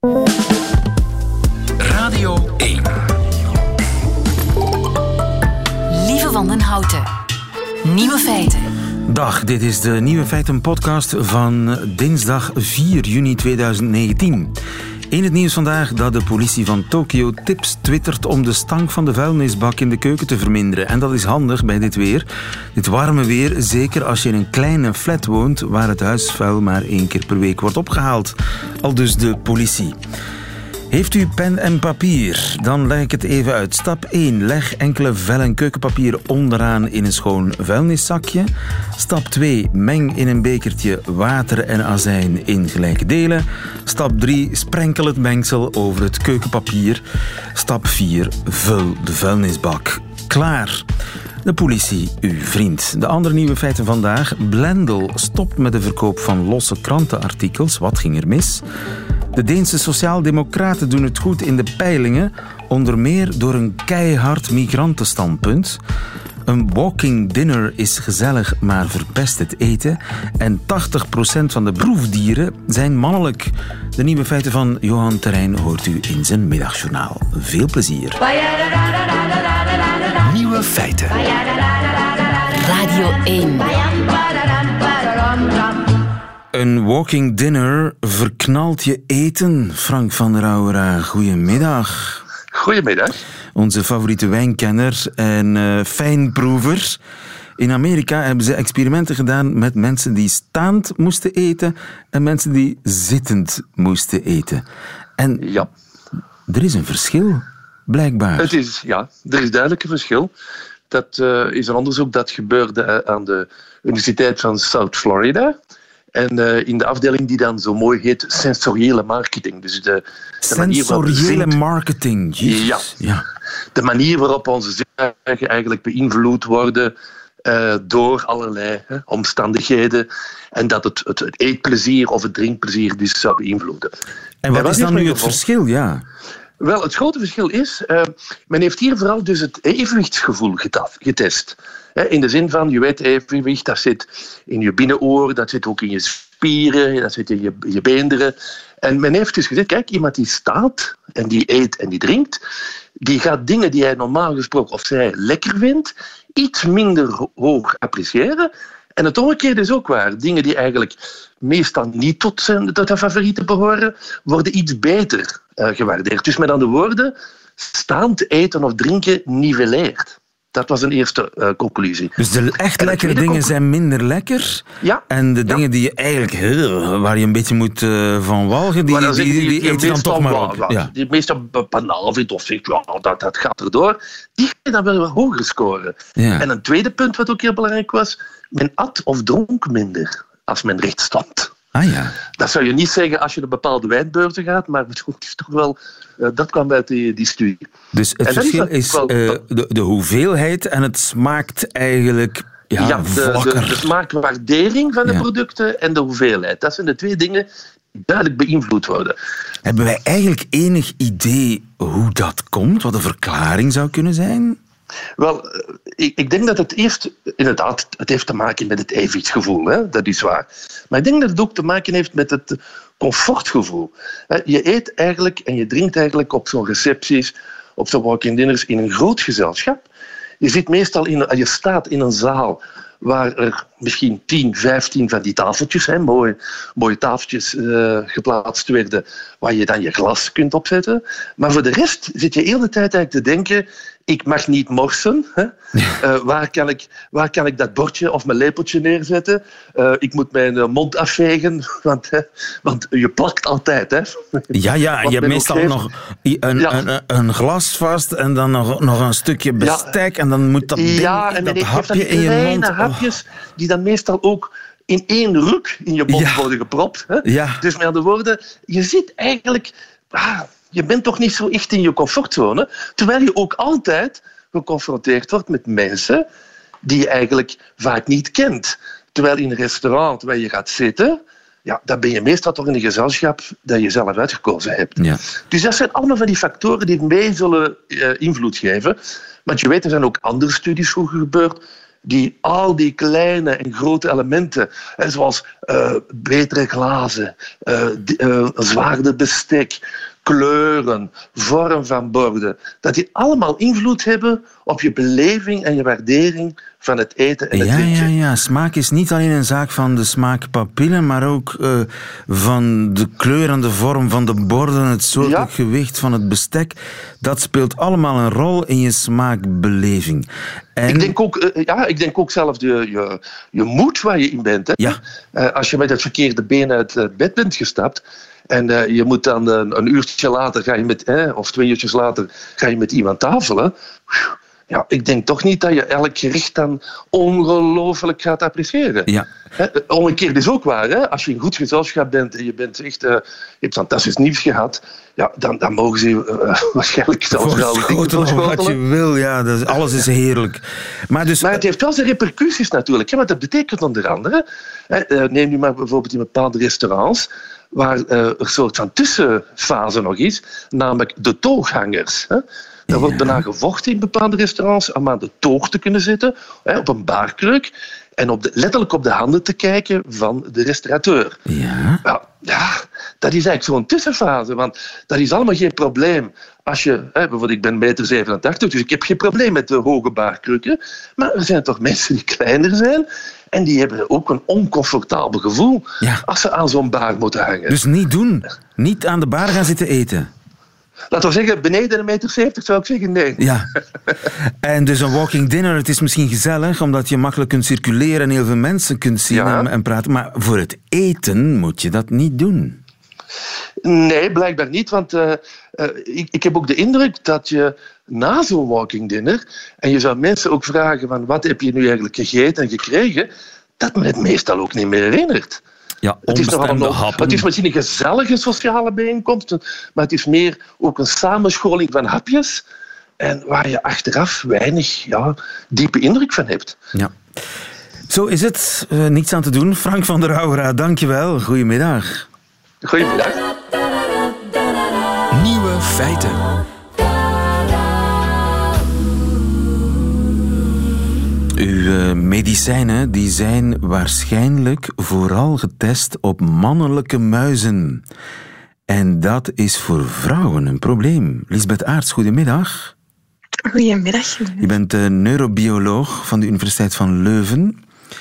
Radio 1. Lieve Wandenhouten. Nieuwe feiten. Dag, dit is de Nieuwe Feiten podcast van dinsdag 4 juni 2019. In het nieuws vandaag dat de politie van Tokio tips twittert om de stank van de vuilnisbak in de keuken te verminderen. En dat is handig bij dit weer. Dit warme weer, zeker als je in een kleine flat woont waar het huisvuil maar 1 keer per week wordt opgehaald. Aldus de politie. Heeft u pen en papier? Dan leg ik het even uit. Stap 1. Leg enkele vellen keukenpapier onderaan in een schoon vuilniszakje. Stap 2. Meng in een bekertje water en azijn in gelijke delen. Stap 3. Sprenkel het mengsel over het keukenpapier. Stap 4. Vul de vuilnisbak. Klaar. De politie, uw vriend. De andere nieuwe feiten vandaag. Blendel stopt met de verkoop van losse krantenartikels. Wat ging er mis? De Deense Sociaaldemocraten doen het goed in de peilingen, onder meer door een keihard migrantenstandpunt. Een walking dinner is gezellig, maar verpest het eten. En 80% van de proefdieren zijn mannelijk. De nieuwe feiten van Johan Terrein hoort u in zijn middagjournaal. Veel plezier. Nieuwe feiten. Radio 1. Een walking dinner verknalt je eten. Frank van der Ouwera, goedemiddag. Goedemiddag. Onze favoriete wijnkenner en fijnproever. In Amerika hebben ze experimenten gedaan met mensen die staand moesten eten en mensen die zittend moesten eten. En Ja. er is een verschil, blijkbaar. Er is duidelijk een verschil. Dat is een onderzoek dat gebeurde aan de Universiteit van South Florida. En in de afdeling die dan zo mooi heet sensoriële marketing. Dus de manier waarop Sensoriële marketing. Ja. De manier waarop onze zintuigen eigenlijk beïnvloed worden door allerlei omstandigheden. En dat het eetplezier of het drinkplezier dus zou beïnvloeden. En wat is dan nu het verschil? Ja. Wel, het grote verschil is, men heeft hier vooral dus het evenwichtsgevoel getest. In de zin van, je weet, evenwicht, dat zit in je binnenoor, dat zit ook in je spieren, dat zit in je beenderen. En men heeft dus gezegd, kijk, iemand die staat en die eet en die drinkt, die gaat dingen die hij normaal gesproken of zij lekker vindt, iets minder hoog appreciëren. En het omgekeerde is ook waar. Dingen die eigenlijk meestal niet tot de favorieten behoren, worden iets beter gewaardeerd. Dus met andere woorden, staand eten of drinken niveleert. Dat was een eerste conclusie. Dus de echt lekkere dingen zijn minder lekker. Ja. En de dingen die je eigenlijk, waar je een beetje moet van walgen, die eet je dan toch maar op. Ja. Die meestal banaal vindt of zegt, dat gaat erdoor. Die gaan dan wel hoger scoren. Ja. En een tweede punt wat ook heel belangrijk was, men at of dronk minder als men recht stond. Ah ja. Dat zou je niet zeggen als je naar bepaalde wijnbeurten gaat, maar het is toch wel, dat kwam uit die studie. Dus het verschil is de hoeveelheid en het smaakt eigenlijk vlakker. De smaakwaardering van de producten en de hoeveelheid. Dat zijn de twee dingen die duidelijk beïnvloed worden. Hebben wij eigenlijk enig idee hoe dat komt? Wat de verklaring zou kunnen zijn? Wel, ik denk dat het eerst, inderdaad, het heeft te maken met het evenwichtsgevoel. Hè? Dat is waar. Maar ik denk dat het ook te maken heeft met het comfortgevoel. Je eet eigenlijk en je drinkt eigenlijk op zo'n recepties, op zo'n walk-in dinners in een groot gezelschap. Je zit meestal je staat in een zaal waar er misschien 10, 15 van die tafeltjes, mooie tafeltjes geplaatst werden, waar je dan je glas kunt opzetten. Maar voor de rest zit je de hele tijd eigenlijk te denken, ik mag niet morsen. Hè? Waar kan ik dat bordje of mijn lepeltje neerzetten? Ik moet mijn mond afvegen, want je plakt altijd. Hè? Ja, je hebt meestal nog een glas vast en dan nog een stukje bestek en dan moet dat dat hapje in je mond. Hapjes die dan meestal ook in één ruk in je mond worden gepropt. Hè? Ja. Dus met andere woorden, je zit eigenlijk... je bent toch niet zo echt in je comfortzone, terwijl je ook altijd geconfronteerd wordt met mensen die je eigenlijk vaak niet kent. Terwijl in een restaurant waar je gaat zitten, dan ben je meestal toch in een gezelschap dat je zelf uitgekozen hebt. Ja. Dus dat zijn allemaal van die factoren die mee zullen invloed geven. Want je weet, er zijn ook andere studies vroeger gebeurd. die al die kleine en grote elementen, zoals betere glazen, zwaarder bestek, kleuren, vorm van borden, dat die allemaal invloed hebben op je beleving en je waardering van het eten en het drinken. Ja. Smaak is niet alleen een zaak van de smaakpapillen, maar ook van de kleur en de vorm van de borden, het soort, het gewicht van het bestek. Dat speelt allemaal een rol in je smaakbeleving. En... Ik denk ook zelf je moed waar je in bent. Hè? Ja. Als je met het verkeerde been uit het bed bent gestapt, en je moet dan een uurtje later, of 2 uurtjes later, ga je met iemand tafelen. Ja, ik denk toch niet dat je elk gericht dan ongelooflijk gaat appreciëren. Ja. Omgekeerd is ook waar. Hè? Als je in goed gezelschap bent en je bent echt, je hebt fantastisch nieuws gehad, ja, dan mogen ze waarschijnlijk zelfs wel wat je wil. Ja, alles is heerlijk. Maar het heeft wel zijn repercussies natuurlijk. Hè? Want dat betekent onder andere, neem nu maar bijvoorbeeld in bepaalde restaurants, waar er een soort van tussenfase nog is, namelijk de tooghangers. Hè? Er wordt bijna gevochten in bepaalde restaurants om aan de toog te kunnen zitten, op een baarkruk, en letterlijk op de handen te kijken van de restaurateur. Ja, dat is eigenlijk zo'n tussenfase, want dat is allemaal geen probleem. Als je, bijvoorbeeld, ik ben 1,87 meter, dus ik heb geen probleem met de hoge baarkrukken, maar er zijn toch mensen die kleiner zijn en die hebben ook een oncomfortabel gevoel als ze aan zo'n baar moeten hangen. Dus niet doen. Niet aan de baar gaan zitten eten. Laten we zeggen, beneden 1,70 meter zou ik zeggen nee. Ja. En dus een walking dinner, het is misschien gezellig, omdat je makkelijk kunt circuleren en heel veel mensen kunt zien en praten. Maar voor het eten moet je dat niet doen. Nee, blijkbaar niet, want ik heb ook de indruk dat je na zo'n walking dinner, en je zou mensen ook vragen van wat heb je nu eigenlijk gegeten en gekregen, dat men het meestal ook niet meer herinnert. Ja, het is misschien een gezellige sociale bijeenkomst, maar het is meer ook een samenscholing van hapjes en waar je achteraf weinig diepe indruk van hebt. Ja. Zo is het. Niets aan te doen. Frank van der Rauwera, dankjewel. Goedemiddag. Goedemiddag. Nieuwe feiten. Uw medicijnen die zijn waarschijnlijk vooral getest op mannelijke muizen. En dat is voor vrouwen een probleem. Lisbeth Aerts, goedemiddag. Goedemiddag. Je bent neurobioloog van de Universiteit van Leuven.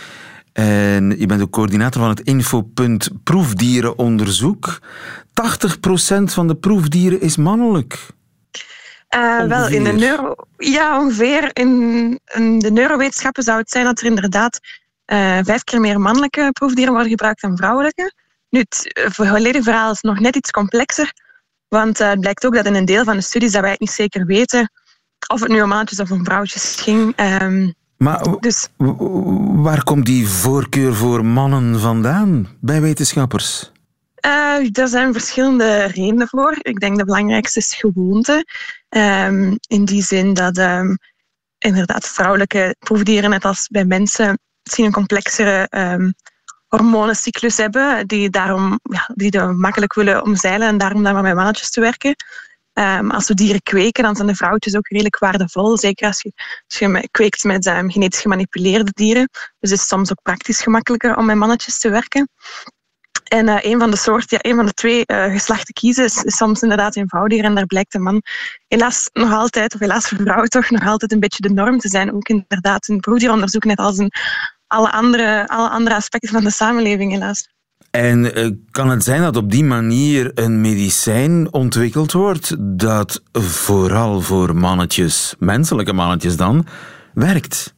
En je bent ook coördinator van het infopunt Proefdierenonderzoek. 80% van de proefdieren is mannelijk. Wel, in de ongeveer. In de neurowetenschappen zou het zijn dat er inderdaad 5 keer meer mannelijke proefdieren worden gebruikt dan vrouwelijke. Nu, het volledige verhaal is nog net iets complexer, want het blijkt ook dat in een deel van de studies dat wij het niet zeker weten of het nu om mannetjes of om vrouwtjes ging. Maar waar komt die voorkeur voor mannen vandaan bij wetenschappers? Daar zijn verschillende redenen voor. Ik denk de belangrijkste is gewoonte. In die zin dat inderdaad vrouwelijke proefdieren, net als bij mensen, misschien een complexere hormonencyclus hebben, die makkelijk willen omzeilen en daarom dan maar met mannetjes te werken. Als we dieren kweken, dan zijn de vrouwtjes ook redelijk waardevol. Zeker als je kweekt met genetisch gemanipuleerde dieren. Dus het is soms ook praktisch gemakkelijker om met mannetjes te werken. En een van de 2 geslachten kiezen is soms inderdaad eenvoudiger. En daar blijkt de man helaas nog altijd, of helaas voor vrouwen toch, nog altijd een beetje de norm te zijn. Ook inderdaad in proefdieronderzoek, net als in alle andere aspecten van de samenleving, helaas. En kan het zijn dat op die manier een medicijn ontwikkeld wordt dat vooral voor mannetjes, menselijke mannetjes dan, werkt?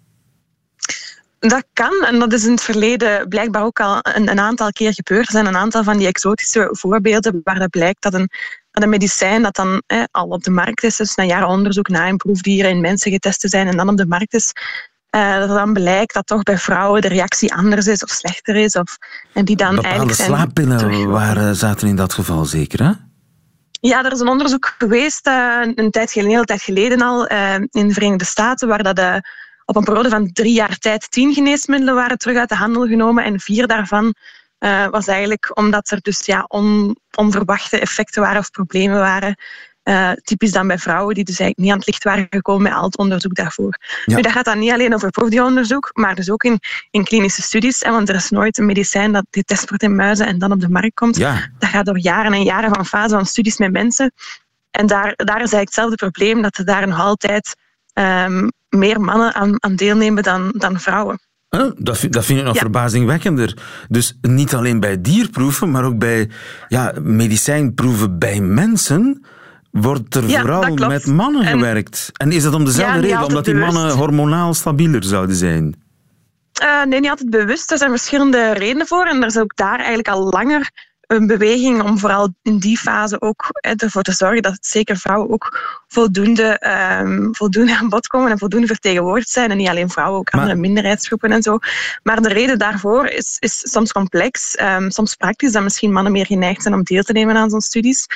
Dat kan, en dat is in het verleden blijkbaar ook al een aantal keer gebeurd. Er zijn een aantal van die exotische voorbeelden waar dat blijkt dat een medicijn dat dan al op de markt is, dus na jaren onderzoek, na in proefdieren, in mensen getest te zijn en dan op de markt is, dat dan blijkt dat toch bij vrouwen de reactie anders is of slechter is. En die dan bepaalde slaappillen zaten in dat geval zeker, hè? Ja, er is een onderzoek geweest, een hele tijd geleden al, in de Verenigde Staten, waar dat op een periode van 3 jaar tijd 10 geneesmiddelen waren terug uit de handel genomen en 4 daarvan was eigenlijk omdat er dus onverwachte effecten waren of problemen waren. Typisch dan bij vrouwen die dus eigenlijk niet aan het licht waren gekomen met al het onderzoek daarvoor. Ja. Nu, dat gaat dan niet alleen over proefdieronderzoek, maar dus ook in klinische studies. Want er is nooit een medicijn dat getest wordt in muizen en dan op de markt komt. Ja. Dat gaat door jaren en jaren van fase van studies met mensen. En daar is eigenlijk hetzelfde probleem, dat er daar nog altijd meer mannen aan deelnemen dan vrouwen. Dat vind ik nog verbazingwekkender. Dus niet alleen bij dierproeven, maar ook bij medicijnproeven bij mensen wordt er vooral met mannen gewerkt. En is dat om dezelfde reden? Omdat die mannen hormonaal stabieler zouden zijn? Nee, niet altijd bewust. Er zijn verschillende redenen voor. En er is ook daar eigenlijk al langer een beweging om vooral in die fase ook ervoor te zorgen dat zeker vrouwen ook voldoende aan bod komen en voldoende vertegenwoordigd zijn. En niet alleen vrouwen, ook andere minderheidsgroepen en zo. Maar de reden daarvoor is soms complex, soms praktisch, dat misschien mannen meer geneigd zijn om deel te nemen aan zo'n studies.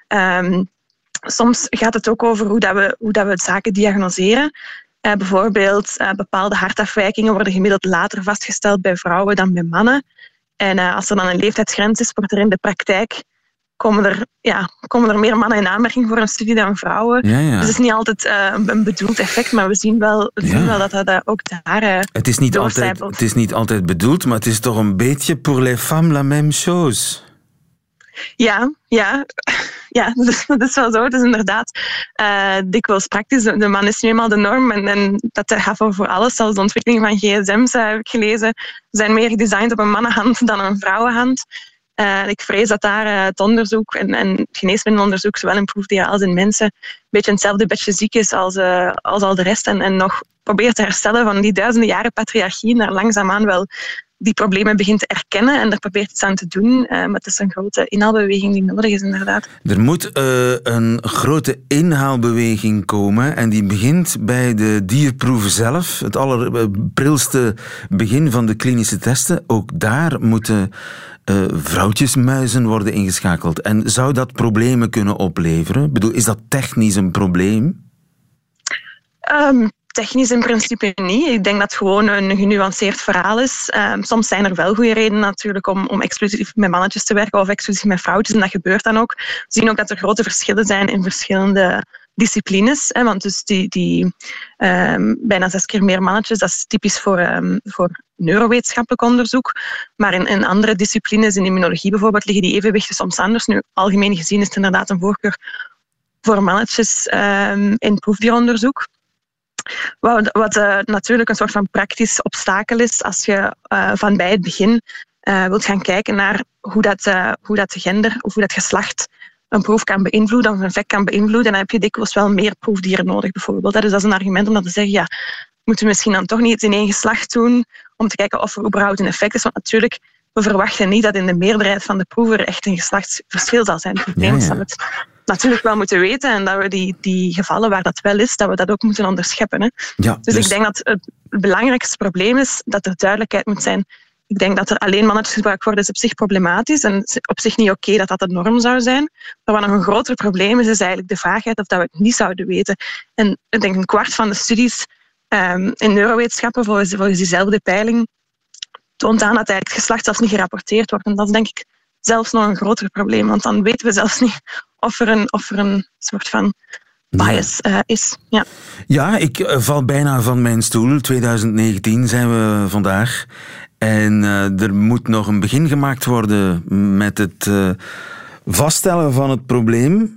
Soms gaat het ook over hoe dat we zaken diagnoseren. Bijvoorbeeld bepaalde hartafwijkingen worden gemiddeld later vastgesteld bij vrouwen dan bij mannen. En als er dan een leeftijdsgrens is, wordt er in de praktijk komen er meer mannen in aanmerking voor een studie dan vrouwen. Ja. Dus het is niet altijd een bedoeld effect, maar we zien wel dat dat ook daar het is niet altijd bedoeld, maar het is toch een beetje pour les femmes la même chose. Ja, dat is wel zo. Het is inderdaad dikwijls praktisch. De man is nu eenmaal de norm en dat gaat voor alles. Zelfs de ontwikkeling van gsm's, heb ik gelezen, zijn meer gedesigned op een mannenhand dan een vrouwenhand. Ik vrees dat daar het onderzoek en geneesmiddelenonderzoek, zowel in proefdieren als in mensen, een beetje hetzelfde bedje ziek is als al de rest. En nog probeert te herstellen van die duizenden jaren patriarchie naar langzaamaan wel die problemen begint te erkennen en er probeert iets aan te doen. Maar het is een grote inhaalbeweging die nodig is, inderdaad. Er moet een grote inhaalbeweging komen en die begint bij de dierproeven zelf. Het allerprilste begin van de klinische testen. Ook daar moeten vrouwtjesmuizen worden ingeschakeld. En zou dat problemen kunnen opleveren? Ik bedoel, is dat technisch een probleem? Technisch in principe niet. Ik denk dat het gewoon een genuanceerd verhaal is. Soms zijn er wel goede redenen natuurlijk om exclusief met mannetjes te werken of exclusief met vrouwtjes. En dat gebeurt dan ook. We zien ook dat er grote verschillen zijn in verschillende disciplines. Want dus die bijna 6 keer meer mannetjes, dat is typisch voor neurowetenschappelijk onderzoek. Maar in andere disciplines, in immunologie bijvoorbeeld, liggen die evenwichten soms anders. Nu, algemeen gezien is het inderdaad een voorkeur voor mannetjes in proefdieronderzoek. Wat natuurlijk een soort van praktisch obstakel is als je van bij het begin wilt gaan kijken naar hoe dat gender of hoe dat geslacht een proef kan beïnvloeden of een effect kan beïnvloeden. Dan heb je dikwijls wel meer proefdieren nodig, bijvoorbeeld. Dus dat is een argument om dan te zeggen, moeten we misschien dan toch niet in één geslacht doen om te kijken of er überhaupt een effect is. Want natuurlijk, we verwachten niet dat in de meerderheid van de proeven er echt een geslachtsverschil zal zijn. Het probleem is dat we het natuurlijk wel moeten weten en dat we die gevallen waar dat wel is, dat we dat ook moeten onderscheppen. Hè. Ja, dus ik denk dat het belangrijkste probleem is dat er duidelijkheid moet zijn. Ik denk dat er alleen mannetjes gebruikt worden is op zich problematisch en op zich niet oké dat dat de norm zou zijn. Maar wat nog een groter probleem is eigenlijk de vaagheid of dat we het niet zouden weten. En ik denk 1/4 van de studies in neurowetenschappen volgens diezelfde peiling toont aan dat eigenlijk het geslacht zelfs niet gerapporteerd wordt. En dat is denk ik zelfs nog een groter probleem, want dan weten we zelfs niet of er een soort van bias is. Ja, ik val bijna van mijn stoel. 2019 zijn we vandaag. En er moet nog een begin gemaakt worden met het vaststellen van het probleem.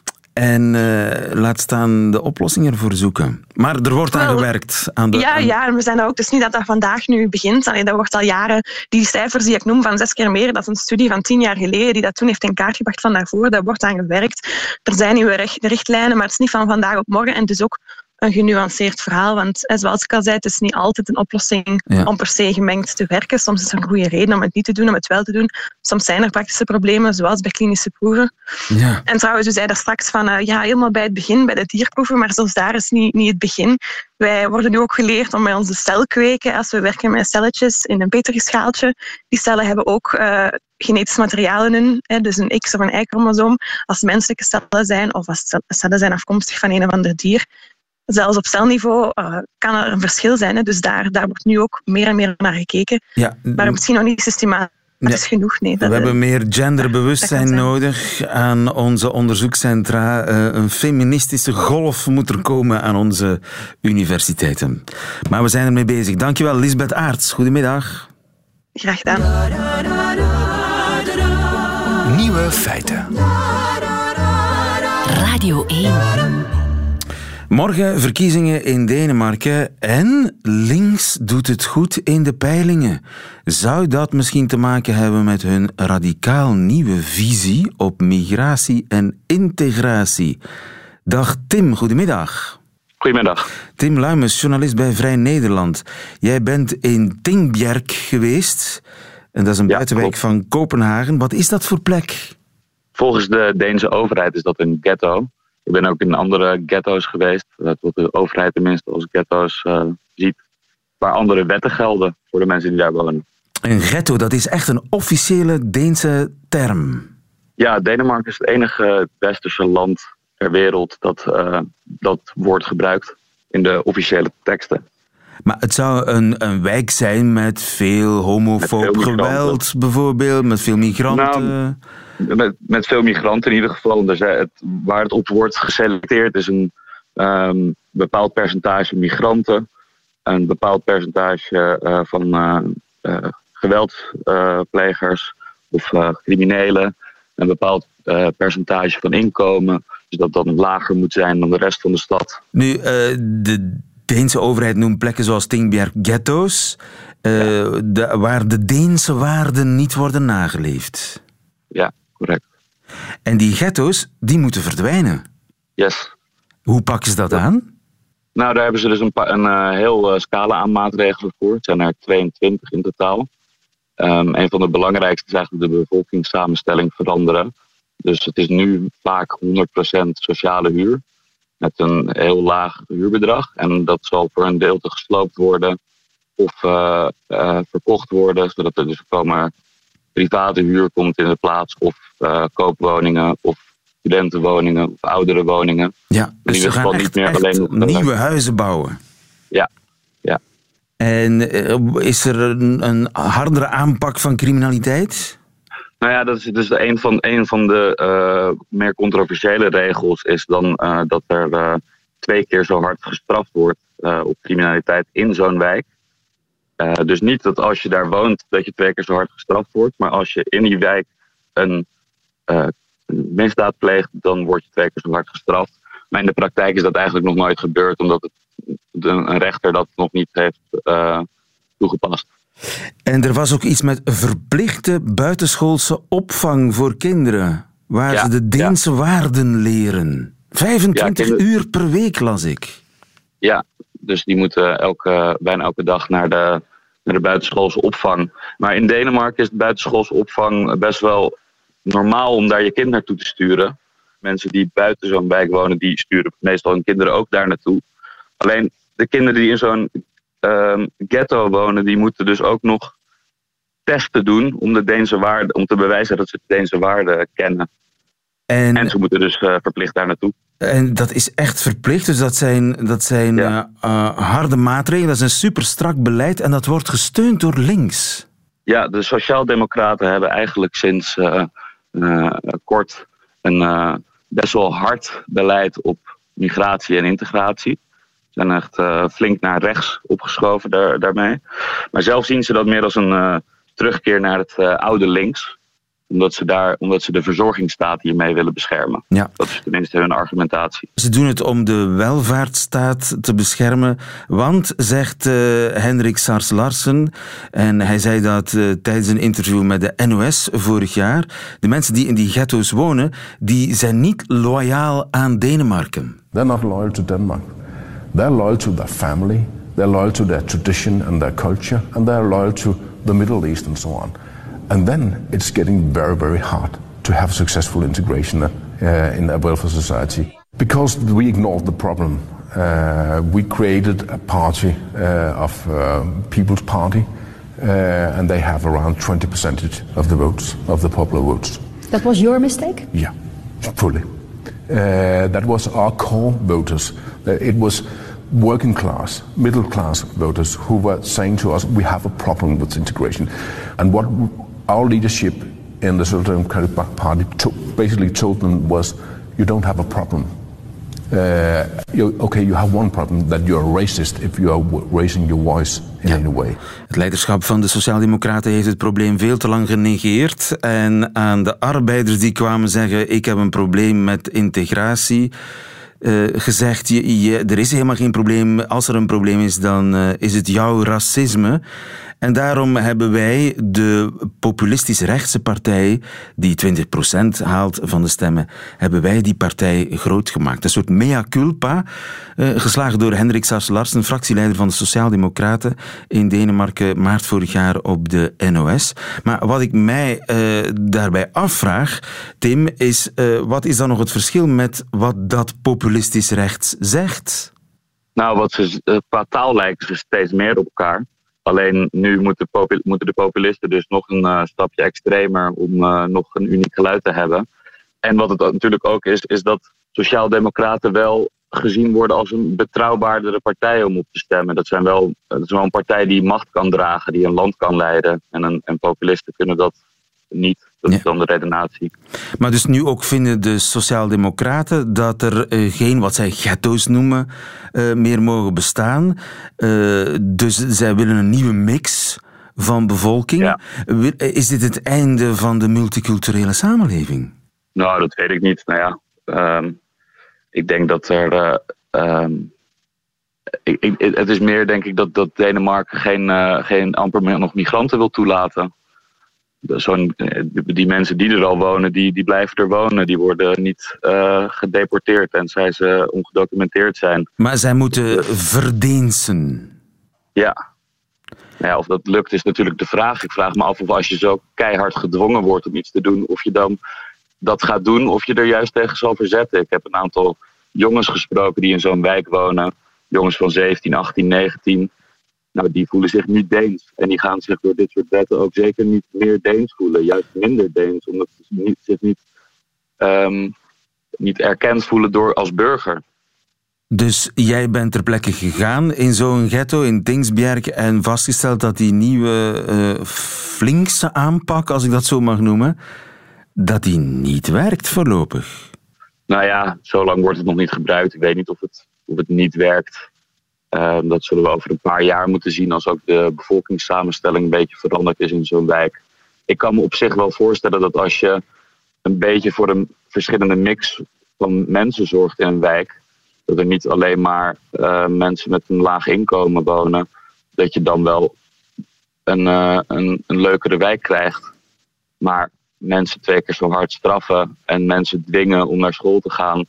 En laat staan de oplossing ervoor zoeken. Maar er wordt aan gewerkt. Ja, we zijn dat ook. Dus niet dat dat vandaag nu begint. Allee, dat wordt al jaren. Die cijfers die ik noem van 6 keer meer, dat is een studie van 10 jaar geleden die dat toen heeft in kaart gebracht van daarvoor. Daar wordt aan gewerkt. Er zijn nieuwe richtlijnen, maar het is niet van vandaag op morgen. En het is ook een genuanceerd verhaal. Want zoals ik al zei, het is niet altijd een oplossing om per se gemengd te werken. Soms is er een goede reden om het niet te doen, om het wel te doen. Soms zijn er praktische problemen, zoals bij klinische proeven. Ja. En trouwens, u zei daar straks van, helemaal bij het begin, bij de dierproeven, maar zelfs daar is niet het begin. Wij worden nu ook geleerd om bij onze celkweken, als we werken met celletjes in een petrischaaltje, die cellen hebben ook genetisch materiaal in hun, dus een X- of een Y-chromosoom, als menselijke cellen zijn, of als cellen zijn afkomstig van een of ander dier. Zelfs op celniveau kan er een verschil zijn. Hè. Dus daar wordt nu ook meer en meer naar gekeken. Ja. Maar misschien nog niet systematisch dat is genoeg. Nee, We hebben meer genderbewustzijn nodig aan onze onderzoekscentra. Een feministische golf moet er komen aan onze universiteiten. Maar we zijn ermee bezig. Dankjewel, Lisbeth Aarts. Goedemiddag. Graag gedaan. Nieuwe feiten. Radio 1. Morgen verkiezingen in Denemarken en links doet het goed in de peilingen. Zou dat misschien te maken hebben met hun radicaal nieuwe visie op migratie en integratie? Dag Tim, goedemiddag. Goedemiddag. Tim Luijmens, journalist bij Vrij Nederland. Jij bent in Tingbjerg geweest. En dat is een buitenwijk van Kopenhagen. Wat is dat voor plek? Volgens de Deense overheid is dat een ghetto. Ik ben ook in andere ghetto's geweest. Wat de overheid tenminste als ghetto's ziet. Waar andere wetten gelden voor de mensen die daar wonen. Een ghetto, dat is echt een officiële Deense term. Ja, Denemarken is het enige westerse land ter wereld dat woord gebruikt in de officiële teksten. Maar het zou een wijk zijn met veel homofoob geweld bijvoorbeeld, met veel migranten. Nou, met veel migranten in ieder geval. Waar het op wordt geselecteerd is een bepaald percentage migranten, een bepaald percentage van geweldplegers of criminelen, een bepaald percentage van inkomen, dus dat dan lager moet zijn dan de rest van de stad. Nu, de Deense overheid noemt plekken zoals Tingbjerg ghetto's, waar de Deense waarden niet worden nageleefd. Ja, correct. En die ghetto's, die moeten verdwijnen. Yes. Hoe pakken ze dat aan? Nou, daar hebben ze dus een heel scala aan maatregelen voor. Het zijn er 22 in totaal. Een van de belangrijkste is eigenlijk de bevolkingssamenstelling veranderen. Dus het is nu vaak 100% sociale huur. Met een heel laag huurbedrag. En dat zal voor een deel gesloopt worden of verkocht worden. Zodat er dus private huur komt in de plaats. Of koopwoningen of studentenwoningen of oudere woningen. Ja, dus ze gaan echt nieuwe huizen bouwen. Ja. En is er een hardere aanpak van criminaliteit? Nou ja, dat is dus een van de meer controversiële regels is dan dat er 2 keer zo hard gestraft wordt op criminaliteit in zo'n wijk. Dus niet dat als je daar woont dat je 2 keer zo hard gestraft wordt, maar als je in die wijk een misdaad pleegt, dan word je 2 keer zo hard gestraft. Maar in de praktijk is dat eigenlijk nog nooit gebeurd, omdat een rechter dat nog niet heeft toegepast. En er was ook iets met verplichte buitenschoolse opvang voor kinderen, waar ze de Deense waarden leren. 25 uur per week las ik. Ja, dus die moeten bijna elke dag naar de buitenschoolse opvang. Maar in Denemarken is de buitenschoolse opvang best wel normaal om daar je kind naartoe te sturen. Mensen die buiten zo'n wijk wonen, die sturen meestal hun kinderen ook daar naartoe. Alleen de kinderen die in zo'n ghetto wonen, die moeten dus ook nog testen doen om de Deense waarden, om te bewijzen dat ze de Deense waarden kennen. En ze moeten dus verplicht daar naartoe. En dat is echt verplicht, dus dat zijn harde maatregelen, dat is een super strak beleid en dat wordt gesteund door links. Ja, de Sociaaldemocraten hebben eigenlijk sinds kort een best wel hard beleid op migratie en integratie. Ze zijn echt flink naar rechts opgeschoven daarmee. Maar zelf zien ze dat meer als een terugkeer naar het oude links. Omdat ze de verzorgingsstaat hiermee willen beschermen. Ja. Dat is tenminste hun argumentatie. Ze doen het om de welvaartsstaat te beschermen. Want, zegt Henrik Sars Larsen, en hij zei dat tijdens een interview met de NOS vorig jaar, de mensen die in die ghetto's wonen, die zijn niet loyaal aan Denemarken. They're not loyal to Denmark. They're loyal to their family. They're loyal to their tradition and their culture. And they're loyal to the Middle East and so on. And then it's getting very, very hard to have successful integration in a welfare society. Because we ignored the problem. We created a party of People's Party. And they have around 20% of the votes, of the popular votes. That was your mistake? Yeah, fully. That was our core voters. It was working class, middle class voters who were saying to us, we have a problem with integration. And what our leadership in the Social Democratic Party basically told them was, you don't have a problem. You have one problem, that you are racist if you are raising your voice in any way. Het leiderschap van de Sociaaldemocraten heeft het probleem veel te lang genegeerd. En aan de arbeiders die kwamen zeggen, ik heb een probleem met integratie, gezegd, er is helemaal geen probleem. Als er een probleem is, dan is het jouw racisme. En daarom hebben wij de populistisch rechtse partij, die 20% haalt van de stemmen, hebben wij die partij groot gemaakt. Een soort mea culpa, geslagen door Henrik Sass Larsen, fractieleider van de Sociaaldemocraten in Denemarken, maart vorig jaar op de NOS. Maar wat ik mij daarbij afvraag, Tim, is wat is dan nog het verschil met wat dat populistisch rechts zegt? Nou, wat ze qua taal lijken ze steeds meer op elkaar. Alleen nu moeten de populisten dus nog een stapje extremer om nog een uniek geluid te hebben. En wat het natuurlijk ook is dat Sociaaldemocraten wel gezien worden als een betrouwbaardere partij om op te stemmen. Dat is wel een partij die macht kan dragen, die een land kan leiden. En populisten kunnen dat niet. Dat is dan de redenatie. Maar dus nu ook vinden de Sociaaldemocraten dat er geen, wat zij ghetto's noemen, meer mogen bestaan. Dus zij willen een nieuwe mix van bevolking. Ja. Is dit het einde van de multiculturele samenleving? Nou, dat weet ik niet. Nou ja, ik denk dat er... het is meer, denk ik, dat Denemarken geen amper meer nog migranten wil toelaten. Die mensen die er al wonen, die blijven er wonen. Die worden niet gedeporteerd tenzij ze ongedocumenteerd zijn. Maar zij moeten verdeensen. Ja. Nou ja, of dat lukt is natuurlijk de vraag. Ik vraag me af of als je zo keihard gedwongen wordt om iets te doen, of je dan dat gaat doen of je er juist tegen zal verzetten. Ik heb een aantal jongens gesproken die in zo'n wijk wonen. Jongens van 17, 18, 19... Nou, die voelen zich niet Deens. En die gaan zich door dit soort wetten ook zeker niet meer Deens voelen. Juist minder Deens. Omdat ze zich niet erkend voelen als burger. Dus jij bent ter plekke gegaan in zo'n ghetto in Tingsbjerg en vastgesteld dat die nieuwe flinkse aanpak, als ik dat zo mag noemen, dat die niet werkt voorlopig. Nou ja, zo lang wordt het nog niet gebruikt. Ik weet niet of het niet werkt. Dat zullen we over een paar jaar moeten zien als ook de bevolkingssamenstelling een beetje veranderd is in zo'n wijk. Ik kan me op zich wel voorstellen dat als je een beetje voor een verschillende mix van mensen zorgt in een wijk, dat er niet alleen maar mensen met een laag inkomen wonen, dat je dan wel een leukere wijk krijgt. Maar mensen 2 keer zo hard straffen en mensen dwingen om naar school te gaan,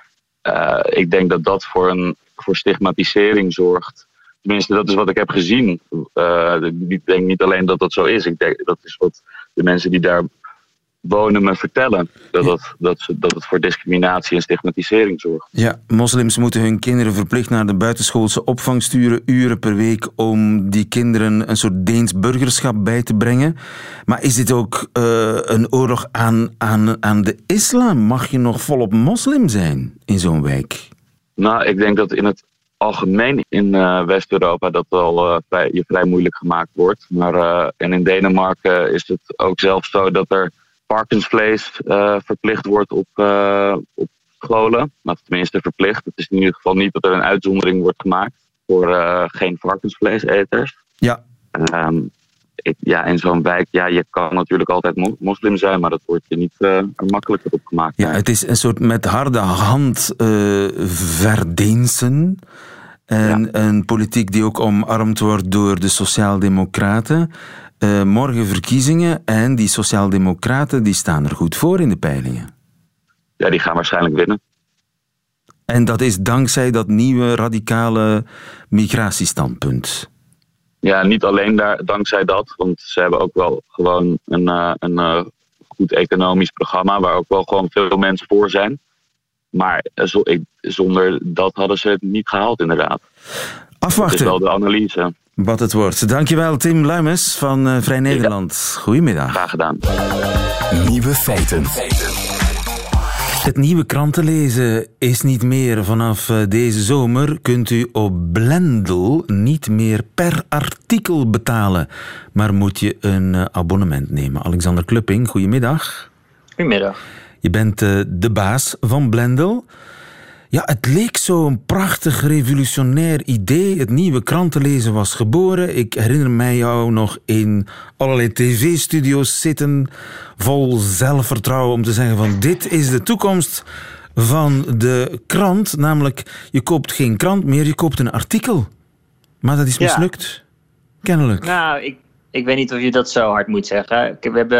ik denk dat voor stigmatisering zorgt. Tenminste, dat is wat ik heb gezien. Ik denk niet alleen dat dat zo is. Ik denk dat is wat de mensen die daar wonen me vertellen. Dat het voor discriminatie en stigmatisering zorgt. Ja, moslims moeten hun kinderen verplicht naar de buitenschoolse opvang sturen, uren per week, om die kinderen een soort Deens burgerschap bij te brengen. Maar is dit ook een oorlog aan de islam? Mag je nog volop moslim zijn in zo'n wijk? Nou, ik denk dat in het algemeen in West-Europa dat wel je vrij moeilijk gemaakt wordt. Maar en in Denemarken is het ook zelfs zo dat er varkensvlees verplicht wordt op scholen. Nou, tenminste verplicht. Het is in ieder geval niet dat er een uitzondering wordt gemaakt voor geen varkensvleeseters. Ja. In zo'n wijk, je kan natuurlijk altijd moslim zijn, maar dat wordt je niet er makkelijker op gemaakt. Ja, het is een soort met harde hand verdeensen. En een politiek die ook omarmd wordt door de Sociaaldemocraten. Morgen verkiezingen en die Sociaaldemocraten die staan er goed voor in de peilingen. Ja, die gaan waarschijnlijk winnen. En dat is dankzij dat nieuwe radicale migratiestandpunt. Ja, niet alleen dankzij dat, want ze hebben ook wel gewoon een goed economisch programma waar ook wel gewoon veel mensen voor zijn. Maar zonder dat hadden ze het niet gehaald, inderdaad. Afwachten. Dat is wel de analyse. Wat het wordt. Dankjewel, Tim Luijmes van Vrij Nederland. Goedemiddag. Graag gedaan. Nieuwe feiten. Het nieuwe krantenlezen is niet meer. Vanaf deze zomer kunt u op Blendel niet meer per artikel betalen, maar moet je een abonnement nemen. Alexander Klupping, goedemiddag. Goedemiddag. Je bent de baas van Blendel. Ja, het leek zo'n prachtig revolutionair idee. Het nieuwe krantenlezen was geboren. Ik herinner mij jou nog in allerlei tv-studio's zitten, vol zelfvertrouwen om te zeggen van dit is de toekomst van de krant. Namelijk, je koopt geen krant meer, je koopt een artikel. Maar dat is mislukt. Kennelijk. Nou, ik weet niet of je dat zo hard moet zeggen.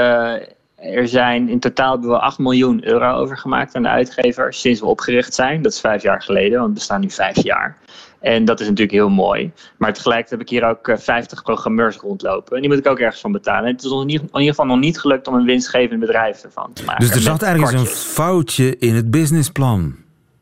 Er zijn in totaal hebben we 8 miljoen euro overgemaakt aan de uitgevers sinds we opgericht zijn. Dat is 5 jaar geleden, want we bestaan nu 5 jaar. En dat is natuurlijk heel mooi. Maar tegelijk heb ik hier ook 50 programmeurs rondlopen. En die moet ik ook ergens van betalen. Het is ons in ieder geval nog niet gelukt om een winstgevend bedrijf ervan te maken. Dus er zat ergens een foutje in het businessplan?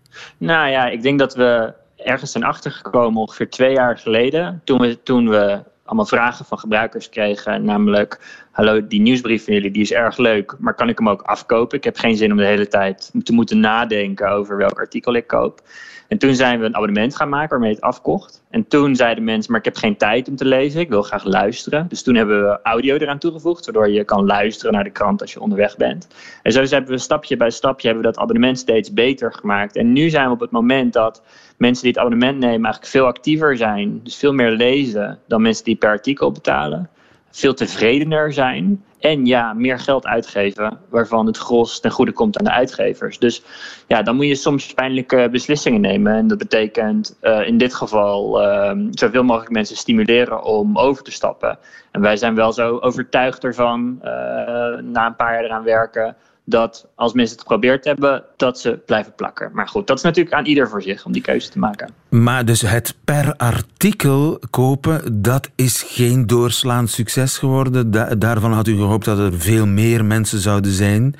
Nou ja, ik denk dat we ergens zijn achtergekomen ongeveer 2 jaar geleden. Toen we allemaal vragen van gebruikers kregen. Namelijk, hallo, die nieuwsbrief van jullie die is erg leuk, maar kan ik hem ook afkopen? Ik heb geen zin om de hele tijd te moeten nadenken over welk artikel ik koop. En toen zijn we een abonnement gaan maken waarmee het afkocht. En toen zeiden mensen, maar ik heb geen tijd om te lezen, ik wil graag luisteren. Dus toen hebben we audio eraan toegevoegd, waardoor je kan luisteren naar de krant als je onderweg bent. En zo hebben we stapje bij stapje hebben we dat abonnement steeds beter gemaakt. En nu zijn we op het moment dat mensen die het abonnement nemen eigenlijk veel actiever zijn. Dus veel meer lezen dan mensen die per artikel betalen. Veel tevredener zijn. En ja, meer geld uitgeven, waarvan het gros ten goede komt aan de uitgevers. Dus ja, dan moet je soms pijnlijke beslissingen nemen. En dat betekent in dit geval zoveel mogelijk mensen stimuleren om over te stappen. En wij zijn wel zo overtuigd ervan, na een paar jaar eraan werken, dat als mensen het geprobeerd hebben, dat ze blijven plakken. Maar goed, dat is natuurlijk aan ieder voor zich om die keuze te maken. Maar dus het per artikel kopen, dat is geen doorslaand succes geworden. Daarvan had u gehoopt dat er veel meer mensen zouden zijn.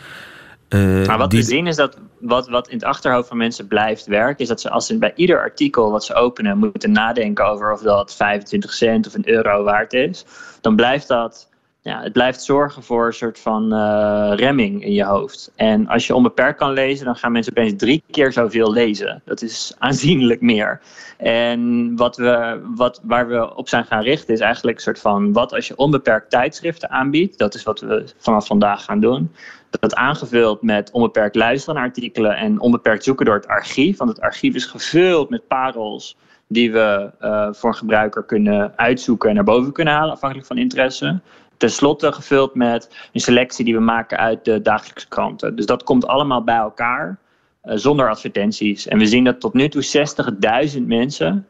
Maar wat we zien is dat wat in het achterhoofd van mensen blijft werken, is dat ze als ze bij ieder artikel wat ze openen moeten nadenken over of dat 25 cent of €1 waard is, dan blijft dat. Ja, het blijft zorgen voor een soort van remming in je hoofd. En als je onbeperkt kan lezen, dan gaan mensen opeens 3 keer zoveel lezen. Dat is aanzienlijk meer. En waar we op zijn gaan richten is eigenlijk een soort van, wat als je onbeperkt tijdschriften aanbiedt, dat is wat we vanaf vandaag gaan doen. Dat aangevuld met onbeperkt luisteren naar artikelen en onbeperkt zoeken door het archief. Want het archief is gevuld met parels die we voor een gebruiker kunnen uitzoeken en naar boven kunnen halen, afhankelijk van interesse. Ten slotte gevuld met een selectie die we maken uit de dagelijkse kranten. Dus dat komt allemaal bij elkaar, zonder advertenties. En we zien dat tot nu toe 60.000 mensen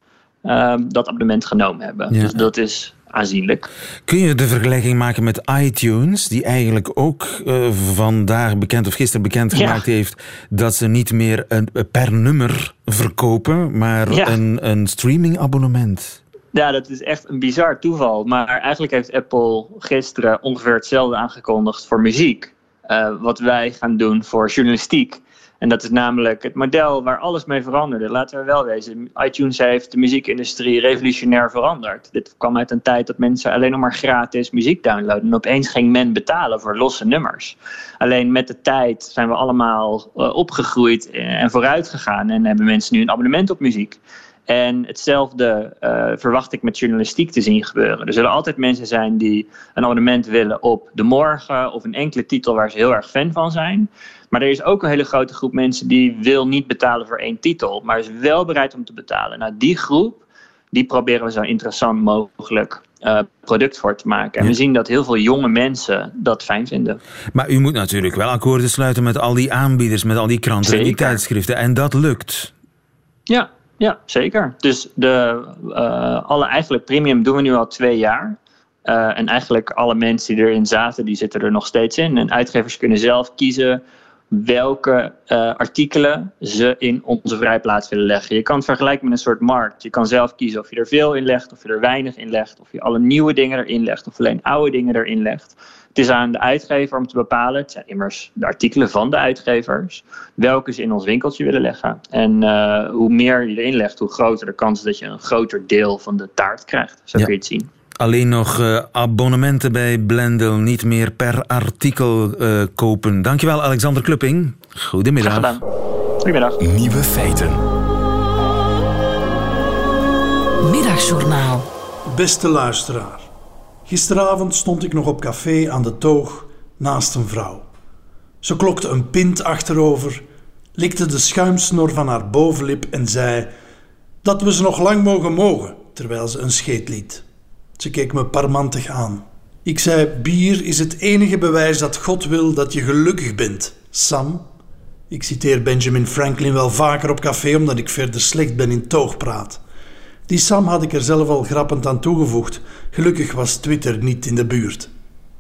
dat abonnement genomen hebben. Ja. Dus dat is aanzienlijk. Kun je de vergelijking maken met iTunes, die eigenlijk ook vandaag bekend of gisteren bekend gemaakt heeft dat ze niet meer per nummer verkopen, maar een streamingabonnement? Ja, dat is echt een bizar toeval. Maar eigenlijk heeft Apple gisteren ongeveer hetzelfde aangekondigd voor muziek. Wat wij gaan doen voor journalistiek. En dat is namelijk het model waar alles mee veranderde. Laten we wel wezen. iTunes heeft de muziekindustrie revolutionair veranderd. Dit kwam uit een tijd dat mensen alleen nog maar gratis muziek downloaden. En opeens ging men betalen voor losse nummers. Alleen met de tijd zijn we allemaal opgegroeid en vooruit gegaan. En hebben mensen nu een abonnement op muziek. En hetzelfde verwacht ik met journalistiek te zien gebeuren. Er zullen altijd mensen zijn die een abonnement willen op De Morgen of een enkele titel waar ze heel erg fan van zijn. Maar er is ook een hele grote groep mensen die wil niet betalen voor 1 titel, maar is wel bereid om te betalen. Nou, die groep, die proberen we zo interessant mogelijk product voor te maken. En we zien dat heel veel jonge mensen dat fijn vinden. Maar u moet natuurlijk wel akkoorden sluiten met al die aanbieders, met al die kranten en die tijdschriften. En dat lukt. Ja, zeker. Dus alle eigenlijk premium doen we nu al 2 jaar. En eigenlijk alle mensen die erin zaten, die zitten er nog steeds in. En uitgevers kunnen zelf kiezen welke artikelen ze in onze vrijplaats willen leggen. Je kan het vergelijken met een soort markt. Je kan zelf kiezen of je er veel in legt, of je er weinig in legt, of je alle nieuwe dingen erin legt, of alleen oude dingen erin legt. Het is aan de uitgever om te bepalen, het zijn immers de artikelen van de uitgevers, welke ze in ons winkeltje willen leggen. En hoe meer je erin legt, hoe groter de kans is dat je een groter deel van de taart krijgt. Zo kun je het zien. alleen nog abonnementen bij Blendel, niet meer per artikel kopen. Dankjewel, Alexander Klupping. Goedemiddag. Graag gedaan. Goedemiddag. Nieuwe feiten. Middagjournaal. Beste luisteraar. Gisteravond stond ik nog op café aan de toog naast een vrouw. Ze klokte een pint achterover, likte de schuimsnor van haar bovenlip en zei dat we ze nog lang mogen, terwijl ze een scheet liet. Ze keek me parmantig aan. Ik zei, bier is het enige bewijs dat God wil dat je gelukkig bent, Sam. Ik citeer Benjamin Franklin wel vaker op café, omdat ik verder slecht ben in toogpraat. Die Sam had ik er zelf al grappend aan toegevoegd. Gelukkig was Twitter niet in de buurt.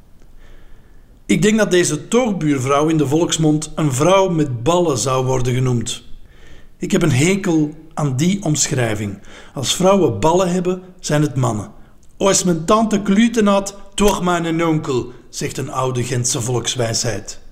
Ik denk dat deze toogbuurvrouw in de volksmond een vrouw met ballen zou worden genoemd. Ik heb een hekel aan die omschrijving. Als vrouwen ballen hebben, zijn het mannen. Als mijn tante kluten had, toch mijn onkel, zegt een oude Gentse volkswijsheid.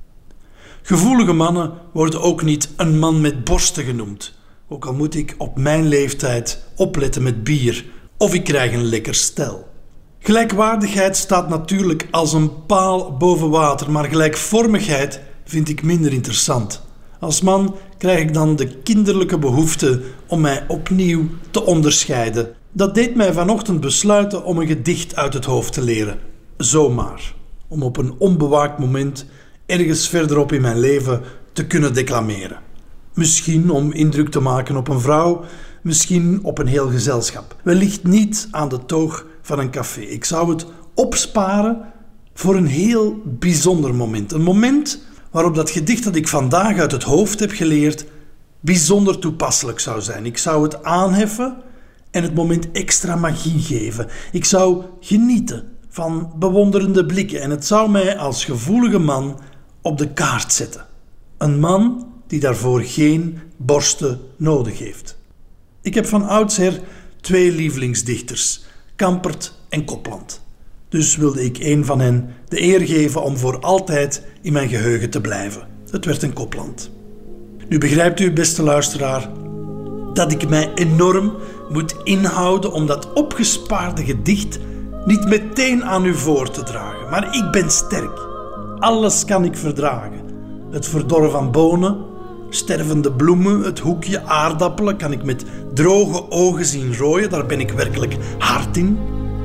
Gevoelige mannen worden ook niet een man met borsten genoemd. Ook al moet ik op mijn leeftijd opletten met bier, of ik krijg een lekker stel. Gelijkwaardigheid staat natuurlijk als een paal boven water, maar gelijkvormigheid vind ik minder interessant. Als man krijg ik dan de kinderlijke behoefte om mij opnieuw te onderscheiden. Dat deed mij vanochtend besluiten om een gedicht uit het hoofd te leren. Zomaar. Om op een onbewaakt moment ergens verderop in mijn leven te kunnen declameren. Misschien om indruk te maken op een vrouw, misschien op een heel gezelschap. Wellicht niet aan de toog van een café. Ik zou het opsparen voor een heel bijzonder moment. Een moment waarop dat gedicht dat ik vandaag uit het hoofd heb geleerd bijzonder toepasselijk zou zijn. Ik zou het aanheffen en het moment extra magie geven. Ik zou genieten van bewonderende blikken en het zou mij als gevoelige man op de kaart zetten. Een man die daarvoor geen borsten nodig heeft. Ik heb van oudsher 2 lievelingsdichters, Kampert en Copland. Dus wilde ik een van hen de eer geven om voor altijd in mijn geheugen te blijven. Het werd een Copland. Nu begrijpt u, beste luisteraar, dat ik mij enorm moet inhouden om dat opgespaarde gedicht niet meteen aan u voor te dragen. Maar ik ben sterk. Alles kan ik verdragen. Het verdorren van bonen, stervende bloemen, het hoekje aardappelen kan ik met droge ogen zien rooien. Daar ben ik werkelijk hard in.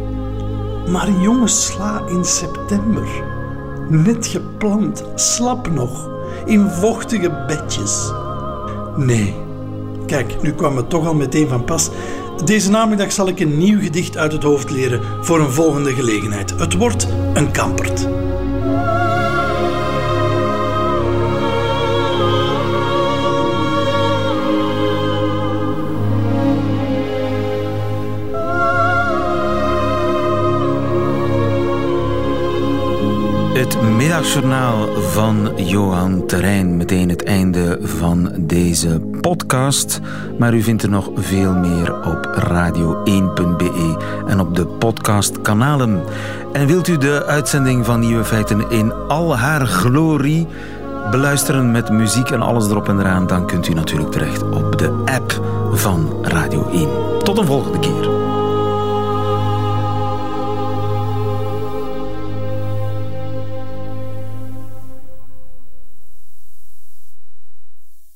Maar jonge sla in september, net geplant, slap nog, in vochtige bedjes. Nee, kijk, nu kwam het toch al meteen van pas. Deze namiddag zal ik een nieuw gedicht uit het hoofd leren voor een volgende gelegenheid. Het wordt een Kampert. Het middagjournaal van Johan Terrein. Meteen het einde van deze podcast. Maar u vindt er nog veel meer op radio1.be en op de podcastkanalen. En wilt u de uitzending van Nieuwe Feiten in al haar glorie beluisteren met muziek en alles erop en eraan, dan kunt u natuurlijk terecht op de app van Radio 1. Tot een volgende keer.